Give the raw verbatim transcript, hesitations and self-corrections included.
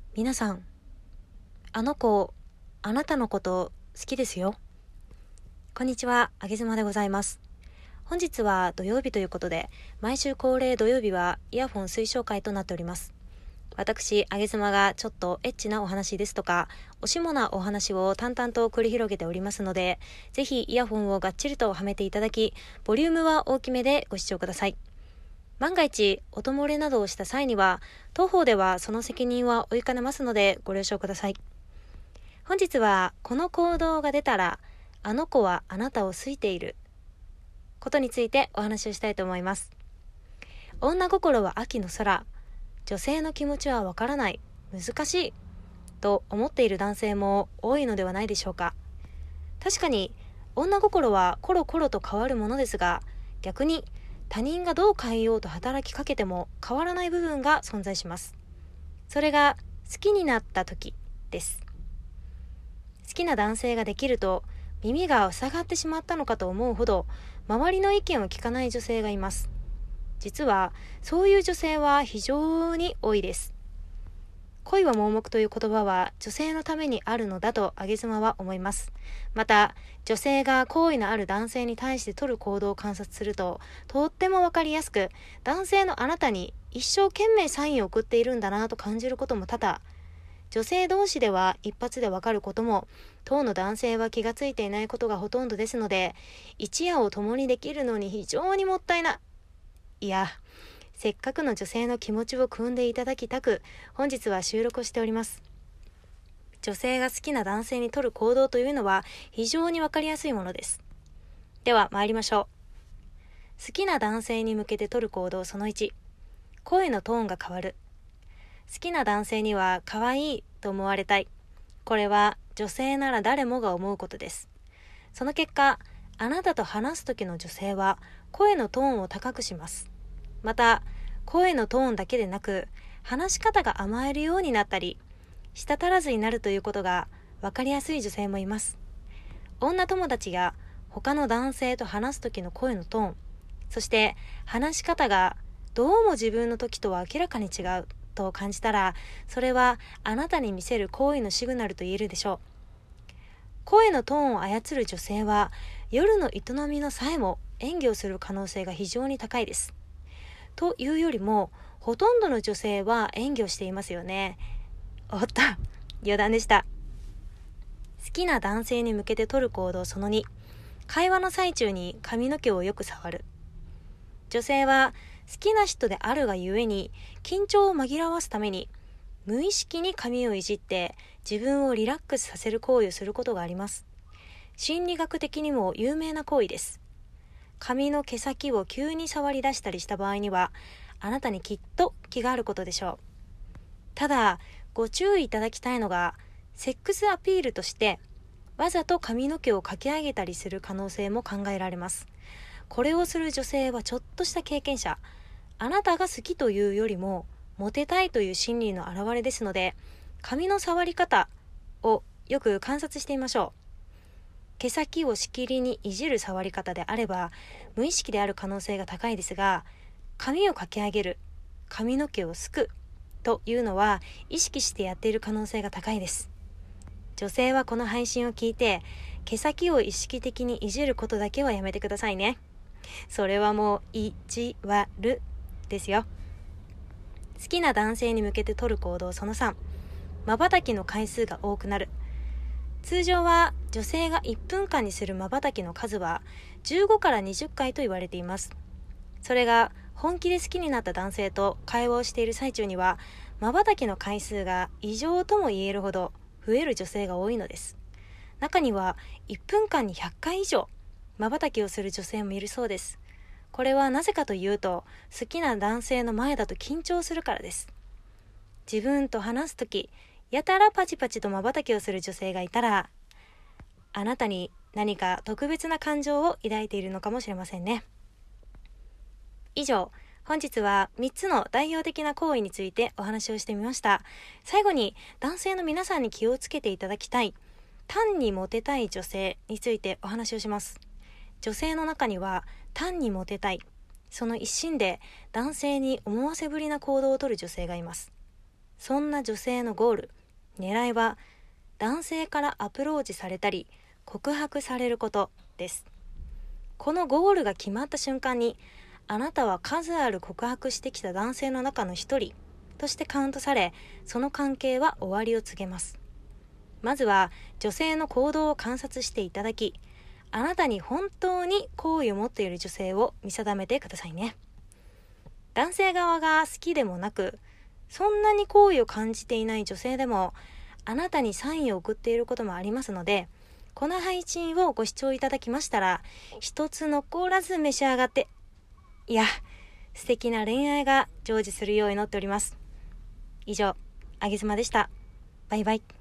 皆さん、あの子、あなたのこと好きですよ。こんにちは、あげずまでございます。本日は土曜日ということで、毎週恒例土曜日はイヤホン推奨会となっております。私、あげずまがちょっとエッチなお話ですとか、おしもなお話を淡々と繰り広げておりますので、ぜひイヤホンをがっちりとはめていただき、ボリュームは大きめでご視聴ください。万が一、音漏れなどをした際には、当方ではその責任は負いかねますのでご了承ください。本日は、この行動が出たら、あの子はあなたを好いていることについてお話をしたいと思います。女心は秋の空、女性の気持ちはわからない、難しいと思っている男性も多いのではないでしょうか。確かに、女心はコロコロと変わるものですが、逆に他人がどう変えようと働きかけても変わらない部分が存在します。それが好きになった時です。好きな男性ができると耳が塞がってしまったのかと思うほど周りの意見を聞かない女性がいます。実はそういう女性は非常に多いです。恋は盲目という言葉は女性のためにあるのだとあげずまは思います。また女性が好意のある男性に対して取る行動を観察するととってもわかりやすく、男性のあなたに一生懸命サインを送っているんだなと感じることも多々、女性同士では一発でわかることも当の男性は気がついていないことがほとんどですので、一夜を共にできるのに非常にもったいないいやせっかくの女性の気持ちを汲んでいただきたく、本日は収録をしております。女性が好きな男性に取る行動というのは非常にわかりやすいものです。では参りましょう。好きな男性に向けて取る行動そのいち、声のトーンが変わる。好きな男性には可愛いと思われたい。これは女性なら誰もが思うことです。その結果、あなたと話す時の女性は声のトーンを高くします。また、声のトーンだけでなく、話し方が甘えるようになったり、舌足らずになるということが分かりやすい女性もいます。女友達が他の男性と話す時の声のトーン、そして話し方がどうも自分の時とは明らかに違うと感じたら、それはあなたに見せる好意のシグナルと言えるでしょう。声のトーンを操る女性は、夜の営みのさえも演技をする可能性が非常に高いです。というよりも、ほとんどの女性は演技をしていますよね。おっと、余談でした。好きな男性に向けて取る行動そのに、会話の最中に髪の毛をよく触る。女性は好きな人であるがゆえに、緊張を紛らわすために、無意識に髪をいじって自分をリラックスさせる行為をすることがあります。心理学的にも有名な行為です。髪の毛先を急に触り出したりした場合には、あなたにきっと気があることでしょう。ただ、ご注意いただきたいのが、セックスアピールとして、わざと髪の毛をかき上げたりする可能性も考えられます。これをする女性はちょっとした経験者、あなたが好きというよりも、モテたいという心理の表れですので、髪の触り方をよく観察してみましょう。毛先をしきりにいじる触り方であれば無意識である可能性が高いですが、髪をかき上げる、髪の毛をすくというのは意識してやっている可能性が高いです。女性はこの配信を聞いて、毛先を意識的にいじることだけはやめてくださいね。それはもう意地悪ですよ。好きな男性に向けて取る行動そのさん、瞬きの回数が多くなる。通常は女性がいっぷんかんにする瞬きの数はじゅうごからにじゅっかいと言われています。それが本気で好きになった男性と会話をしている最中には、瞬きの回数が異常とも言えるほど増える女性が多いのです。中にはいっぷんかんにひゃっかい以上瞬きをする女性もいるそうです。これはなぜかというと、好きな男性の前だと緊張するからです。自分と話すとき、やたらパチパチと瞬きをする女性がいたら、あなたに何か特別な感情を抱いているのかもしれませんね。以上、本日はみっつの代表的な行為についてお話をしてみました。最後に男性の皆さんに気をつけていただきたい単にモテたい女性についてお話をします。女性の中には単にモテたい、その一心で男性に思わせぶりな行動をとる女性がいます。 そんな女性のゴール、狙いは男性からアプローチされたり告白されることです。このゴールが決まった瞬間に、あなたは数ある告白してきた男性の中の一人としてカウントされ、その関係は終わりを告げます。まずは女性の行動を観察していただき、あなたに本当に好意を持っている女性を見定めてくださいね。男性側が好きでもなく、そんなに好意を感じていない女性でも、あなたにサインを送っていることもありますので、この配信をご視聴いただきましたら、一つ残らず召し上がって、いや、素敵な恋愛が成就するよう祈っております。以上、あげずまでした。バイバイ。